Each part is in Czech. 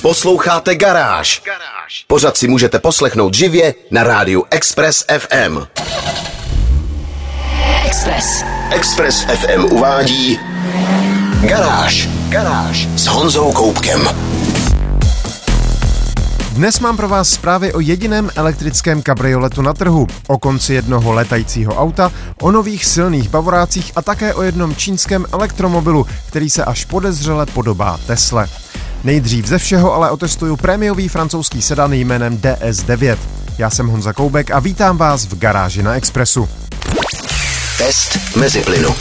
Posloucháte Garáž. Pořad si můžete poslechnout živě na rádiu Express FM. Express FM uvádí Garáž s Honzou Koubkem. Dnes mám pro vás zprávy o jediném elektrickém kabrioletu na trhu, o konci jednoho letajícího auta, o nových silných bavorácích a také o jednom čínském elektromobilu, který se až podezřele podobá Tesle. Nejdřív ze všeho ale otestuju prémiový francouzský sedan jménem DS9. Já jsem Honza Koubek a vítám vás v Garáži na Expressu. Test meziplynu.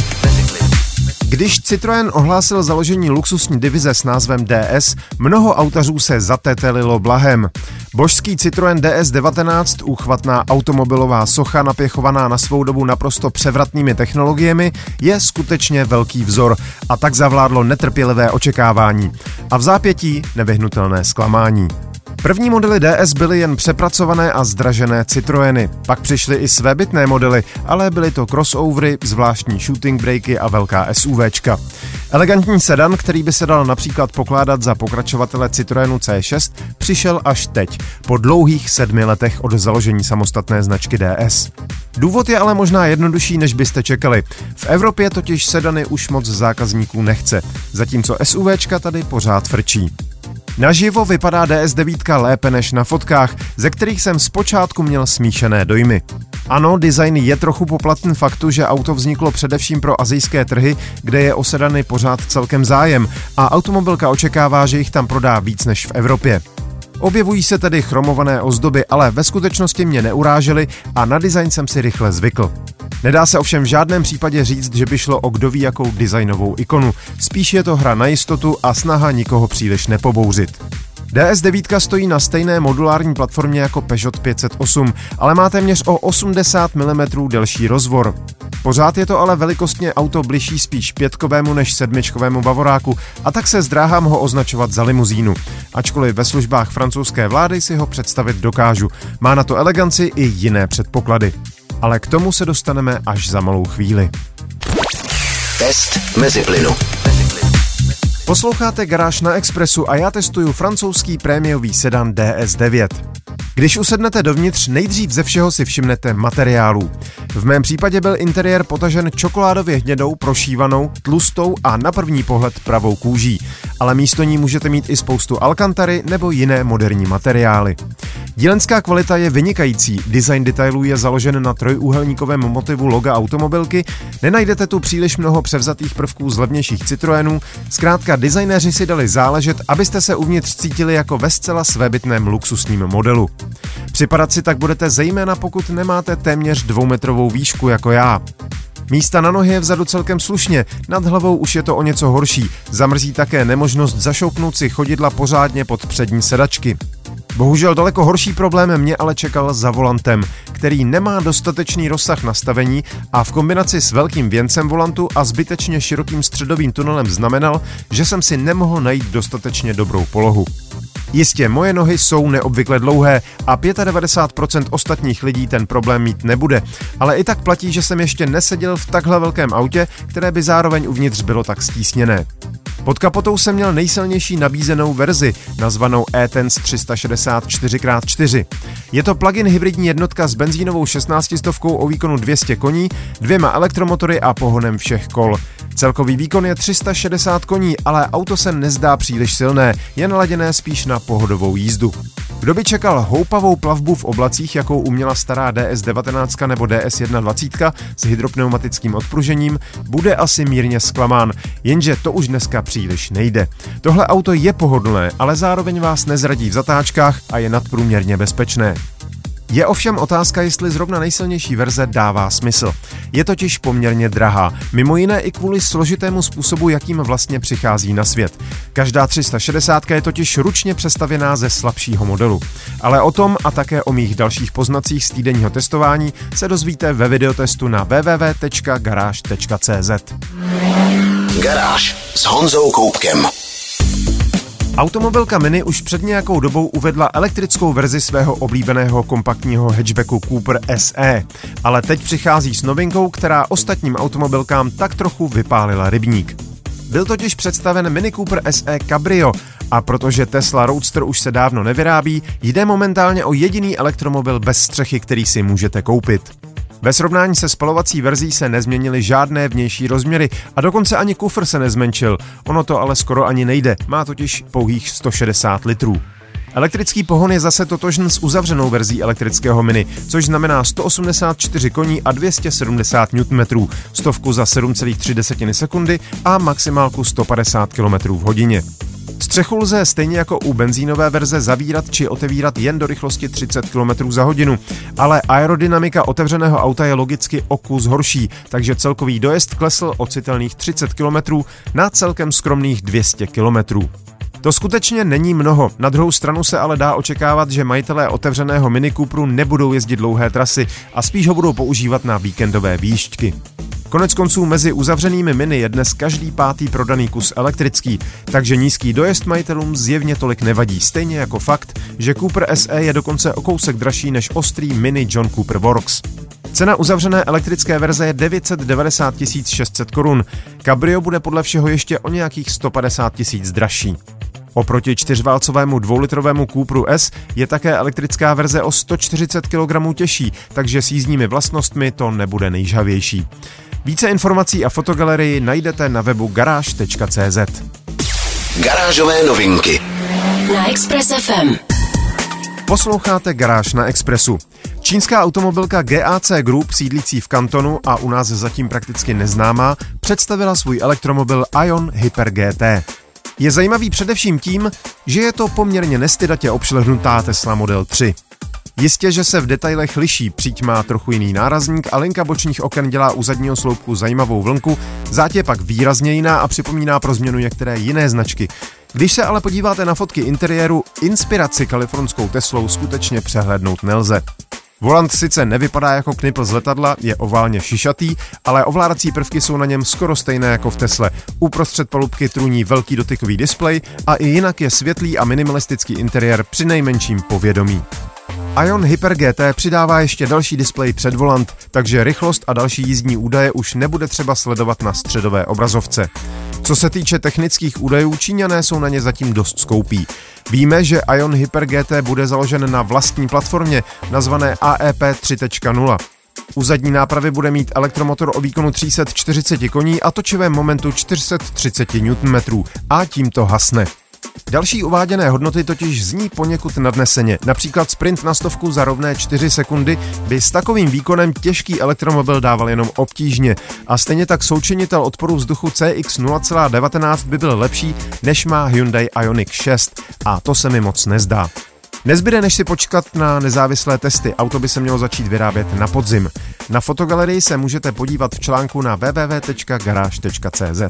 Když Citroën ohlásil založení luxusní divize s názvem DS, mnoho autařů se zatetelilo blahem. Božský Citroën DS19, úchvatná automobilová socha napěchovaná na svou dobu naprosto převratnými technologiemi, je skutečně velký vzor a tak zavládlo netrpělivé očekávání. A v zápětí nevyhnutelné zklamání. První modely DS byly jen přepracované a zdražené Citroëny. Pak přišly i svébytné modely, ale byly to crossovery, zvláštní shooting breaky a velká SUVčka. Elegantní sedan, který by se dal například pokládat za pokračovatele Citroënu C6, přišel až teď, po dlouhých 7 letech od založení samostatné značky DS. Důvod je ale možná jednodušší, než byste čekali. V Evropě totiž sedany už moc zákazníků nechce, zatímco SUVčka tady pořád frčí. Naživo vypadá DS9 lépe než na fotkách, ze kterých jsem zpočátku měl smíšené dojmy. Ano, design je trochu poplatný faktu, že auto vzniklo především pro asijské trhy, kde je o sedany pořád celkem zájem a automobilka očekává, že jich tam prodá víc než v Evropě. Objevují se tedy chromované ozdoby, ale ve skutečnosti mě neurážely a na design jsem si rychle zvykl. Nedá se ovšem v žádném případě říct, že by šlo o kdo ví jakou designovou ikonu. Spíš je to hra na jistotu a snaha nikoho příliš nepobouřit. DS9 stojí na stejné modulární platformě jako Peugeot 508, ale má téměř o 80 mm delší rozvor. Pořád je to ale velikostně auto bližší spíš 5kovému než 7kovému bavoráku a tak se zdráhám ho označovat za limuzínu. Ačkoliv ve službách francouzské vlády si ho představit dokážu. Má na to eleganci i jiné předpoklady. Ale k tomu se dostaneme až za malou chvíli. Test meziplynu. Posloucháte Garáž na Expressu a já testuju francouzský prémiový sedan DS9. Když usednete dovnitř, nejdřív ze všeho si všimnete materiálů. V mém případě byl interiér potažen čokoládově hnědou, prošívanou, tlustou a na první pohled pravou kůží, ale místo ní můžete mít i spoustu alkantary nebo jiné moderní materiály. Dílenská kvalita je vynikající, design detailů je založen na trojúhelníkovém motivu loga automobilky, nenajdete tu příliš mnoho převzatých prvků z levnějších Citroënů, zkrátka designéři si dali záležet, abyste se uvnitř cítili jako ve zcela svébytném luxusním modelu. Připadat si tak budete zejména pokud nemáte téměř 2metrovou výšku jako já. Místa na nohy je vzadu celkem slušně, nad hlavou už je to o něco horší, zamrzí také nemožnost zašoupnout si chodidla pořádně pod přední sedačky. Bohužel daleko horší problém mě ale čekal za volantem, který nemá dostatečný rozsah nastavení a v kombinaci s velkým věncem volantu a zbytečně širokým středovým tunelem znamenal, že jsem si nemohl najít dostatečně dobrou polohu. Jistě, moje nohy jsou neobvykle dlouhé a 95% ostatních lidí ten problém mít nebude, ale i tak platí, že jsem ještě neseděl v takhle velkém autě, které by zároveň uvnitř bylo tak stísněné. Pod kapotou jsem měl nejsilnější nabízenou verzi, nazvanou E-Tense 360 4x4. Je to plug-in hybridní jednotka s benzínovou 1600 o výkonu 200 koní, 2 elektromotory a pohonem všech kol. Celkový výkon je 360 koní, ale auto se nezdá příliš silné, je naladěné spíš na pohodovou jízdu. Kdo by čekal houpavou plavbu v oblacích, jakou uměla stará DS19 nebo DS21 s hydropneumatickým odpružením, bude asi mírně zklamán, jenže to už dneska příliš nejde. Tohle auto je pohodlné, ale zároveň vás nezradí v zatáčkách a je nadprůměrně bezpečné. Je ovšem otázka, jestli zrovna nejsilnější verze dává smysl. Je totiž poměrně drahá, mimo jiné i kvůli složitému způsobu, jakým vlastně přichází na svět. Každá 360 je totiž ručně přestavěná ze slabšího modelu. Ale o tom a také o mých dalších poznacích z týdenního testování se dozvíte ve videotestu na www.garage.cz. Garáž s Honzou Koubkem. Automobilka Mini už před nějakou dobou uvedla elektrickou verzi svého oblíbeného kompaktního hatchbacku Cooper SE, ale teď přichází s novinkou, která ostatním automobilkám tak trochu vypálila rybník. Byl totiž představen Mini Cooper SE Cabrio a protože Tesla Roadster už se dávno nevyrábí, jde momentálně o jediný elektromobil bez střechy, který si můžete koupit. Ve srovnání se spalovací verzí se nezměnily žádné vnější rozměry a dokonce ani kufr se nezmenšil. Ono to ale skoro ani nejde, má totiž pouhých 160 litrů. Elektrický pohon je zase totožný s uzavřenou verzí elektrického Mini, což znamená 184 koní a 270 Nm, stovku za 7,3 sekundy a maximálku 150 km v hodině. Střechu lze stejně jako u benzínové verze zavírat či otevírat jen do rychlosti 30 km za hodinu, ale aerodynamika otevřeného auta je logicky o kus horší, takže celkový dojezd klesl o citelných 30 km na celkem skromných 200 km. To skutečně není mnoho, na druhou stranu se ale dá očekávat, že majitelé otevřeného Mini Cooperu nebudou jezdit dlouhé trasy a spíš ho budou používat na víkendové výjížďky. Koneckonců mezi uzavřenými Mini je dnes každý 5. prodaný kus elektrický, takže nízký dojezd majitelům zjevně tolik nevadí, stejně jako fakt, že Cooper SE je dokonce o kousek dražší než ostrý Mini John Cooper Works. Cena uzavřené elektrické verze je 990 600 korun, Cabrio bude podle všeho ještě o nějakých 150 000 dražší. Oproti 4válcovému 2litrovému Cooperu S je také elektrická verze o 140 kg těžší, takže s jízdními vlastnostmi to nebude nejžhavější. Více informací a fotogalerii najdete na webu garage.cz. Garážové novinky na Express FM. Posloucháte Garáž na Expressu. Čínská automobilka GAC Group, sídlící v Kantonu a u nás zatím prakticky neznámá, představila svůj elektromobil Aion Hyper GT. Je zajímavý především tím, že je to poměrně nestydatě obšlehnutá Tesla Model 3. Jistě, že se v detailech liší, příď má trochu jiný nárazník a linka bočních oken dělá u zadního sloupku zajímavou vlnku, záď je pak výrazně jiná a připomíná pro změnu některé jiné značky. Když se ale podíváte na fotky interiéru, inspiraci kalifornskou Teslou skutečně přehlédnout nelze. Volant sice nevypadá jako knipl z letadla, je oválně šišatý, ale ovládací prvky jsou na něm skoro stejné jako v Tesle. Uprostřed palubky trůní velký dotykový displej a i jinak je světlý a minimalistický interiér přinejmenším povědomí. Aion Hyper GT přidává ještě další displej před volant, takže rychlost a další jízdní údaje už nebude třeba sledovat na středové obrazovce. Co se týče technických údajů, Číňané jsou na ně zatím dost skoupí. Víme, že Aion Hyper GT bude založen na vlastní platformě, nazvané AEP 3.0. U zadní nápravy bude mít elektromotor o výkonu 340 koní a točivém momentu 430 Nm a tím to hasne. Další uváděné hodnoty totiž zní poněkud nadneseně. Například sprint na 100 za rovné 4 sekundy by s takovým výkonem těžký elektromobil dával jenom obtížně a stejně tak součinitel odporu vzduchu CX 0,19 by byl lepší, než má Hyundai Ioniq 6 a to se mi moc nezdá. Nezbyde než si počkat na nezávislé testy, auto by se mělo začít vyrábět na podzim. Na fotogalerii se můžete podívat v článku na www.garage.cz.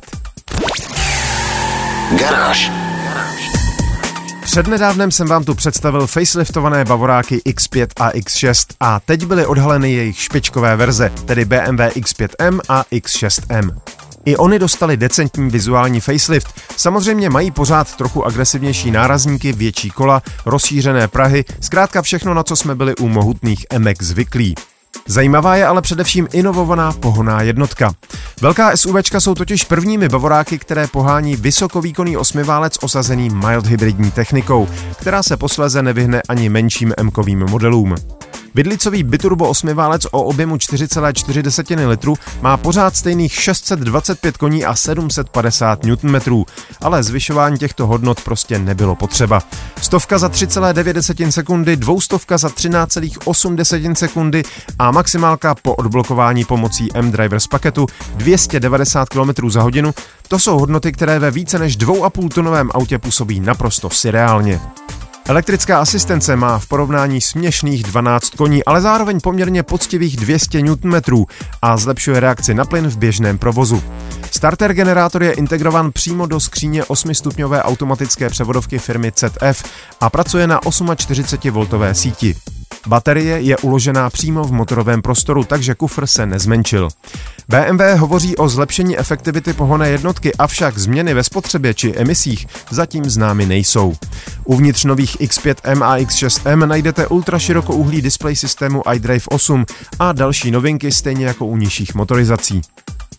Garáž. Přednedávnem jsem vám tu představil faceliftované bavoráky X5 a X6 a teď byly odhaleny jejich špičkové verze, tedy BMW X5M a X6M. I oni dostali decentní vizuální facelift, samozřejmě mají pořád trochu agresivnější nárazníky, větší kola, rozšířené prahy, zkrátka všechno, na co jsme byli u mohutných M-ek zvyklí. Zajímavá je ale především inovovaná pohonná jednotka. Velká SUVčka jsou totiž prvními bavoráky, které pohání vysokovýkonný osmiválec osazený mild hybridní technikou, která se posléze nevyhne ani menším M-kovým modelům. Vidlicový biturbo osmiválec o objemu 4,4 litru má pořád stejných 625 koní a 750 Nm, ale zvyšování těchto hodnot prostě nebylo potřeba. 100 za 3,9 sekundy, 200 za 13,8 sekundy a maximálka po odblokování pomocí M-Drivers paketu 290 km za hodinu, to jsou hodnoty, které ve více než 2,5 tunovém autě působí naprosto surreálně. Elektrická asistence má v porovnání směšných 12 koní, ale zároveň poměrně poctivých 200 Nm a zlepšuje reakci na plyn v běžném provozu. Starter generátor je integrován přímo do skříně 8stupňové automatické převodovky firmy ZF a pracuje na 48V síti. Baterie je uložená přímo v motorovém prostoru, takže kufr se nezmenšil. BMW hovoří o zlepšení efektivity pohonné jednotky, avšak změny ve spotřebě či emisích zatím známy nejsou. Uvnitř nových X5M a X6M najdete ultraširokouhlý displej systému iDrive 8 a další novinky stejně jako u nižších motorizací.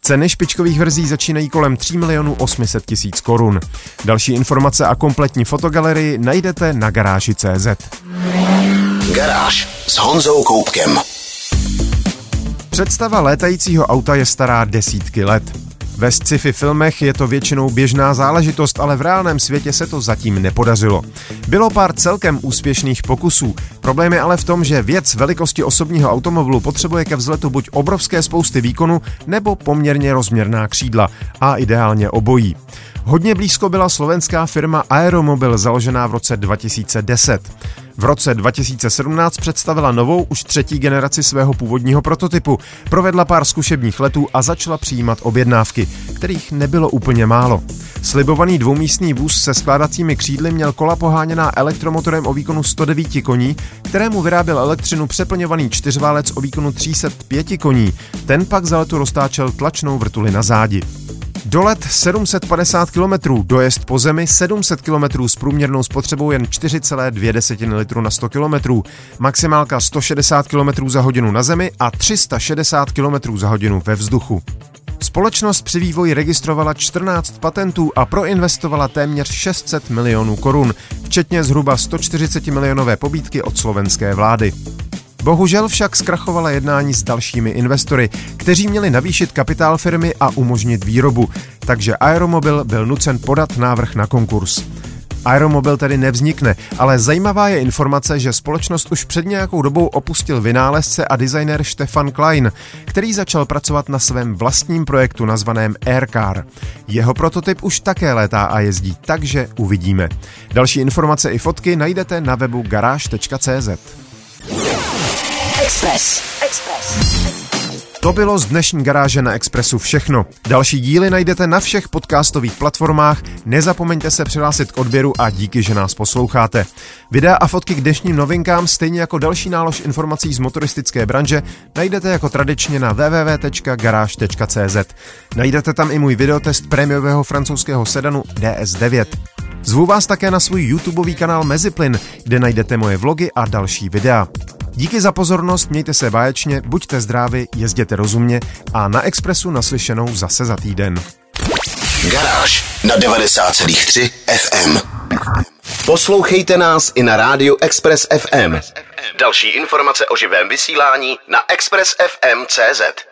Ceny špičkových verzí začínají kolem 3 800 000 korun. Další informace a kompletní fotogalerii najdete na garáži.cz. Garáž s Honzou Koupkem. Představa létajícího auta je stará desítky let. Ve sci-fi filmech je to většinou běžná záležitost, ale v reálném světě se to zatím nepodařilo. Bylo pár celkem úspěšných pokusů. Problém je ale v tom, že věc velikosti osobního automobilu potřebuje ke vzletu buď obrovské spousty výkonu, nebo poměrně rozměrná křídla. A ideálně obojí. Hodně blízko byla slovenská firma Aeromobil, založená v roce 2010. V roce 2017 představila novou, už třetí generaci svého původního prototypu, provedla pár zkušebních letů a začala přijímat objednávky, kterých nebylo úplně málo. Slibovaný dvoumístný vůz se skládacími křídly měl kola poháněná elektromotorem o výkonu 109 koní, kterému vyráběl elektřinu přeplňovaný čtyřválec o výkonu 305 koní. Ten pak za letu roztáčel tlačnou vrtuli na zádi. Dolet 750 km, dojezd po zemi 700 km s průměrnou spotřebou jen 4,2 litru na 100 km, maximálka 160 km za hodinu na zemi a 360 km za hodinu ve vzduchu. Společnost při vývoji registrovala 14 patentů a proinvestovala téměř 600 milionů korun, včetně zhruba 140 milionové pobídky od slovenské vlády. Bohužel však zkrachovala jednání s dalšími investory, kteří měli navýšit kapitál firmy a umožnit výrobu, takže Aeromobil byl nucen podat návrh na konkurs. Aeromobil tedy nevznikne, ale zajímavá je informace, že společnost už před nějakou dobou opustil vynálezce a designer Stefan Klein, který začal pracovat na svém vlastním projektu nazvaném Aircar. Jeho prototyp už také létá a jezdí, takže uvidíme. Další informace i fotky najdete na webu garáž.cz. Express. To bylo z dnešní garáže na Expressu všechno. Další díly najdete na všech podcastových platformách, nezapomeňte se přihlásit k odběru a díky, že nás posloucháte. Videa a fotky k dnešním novinkám, stejně jako další nálož informací z motoristické branže, najdete jako tradičně na www.garage.cz. Najdete tam i můj videotest prémiového francouzského sedanu DS9. Zvu vás také na svůj YouTubeový kanál Meziplyn, kde najdete moje vlogy a další videa. Díky za pozornost, mějte se báječně, buďte zdraví, jezděte rozumně a na Expressu naslyšenou zase za týden. Garáž na 90,3 FM. Poslouchejte nás i na rádiu Express FM. Další informace o živém vysílání na expressfm.cz.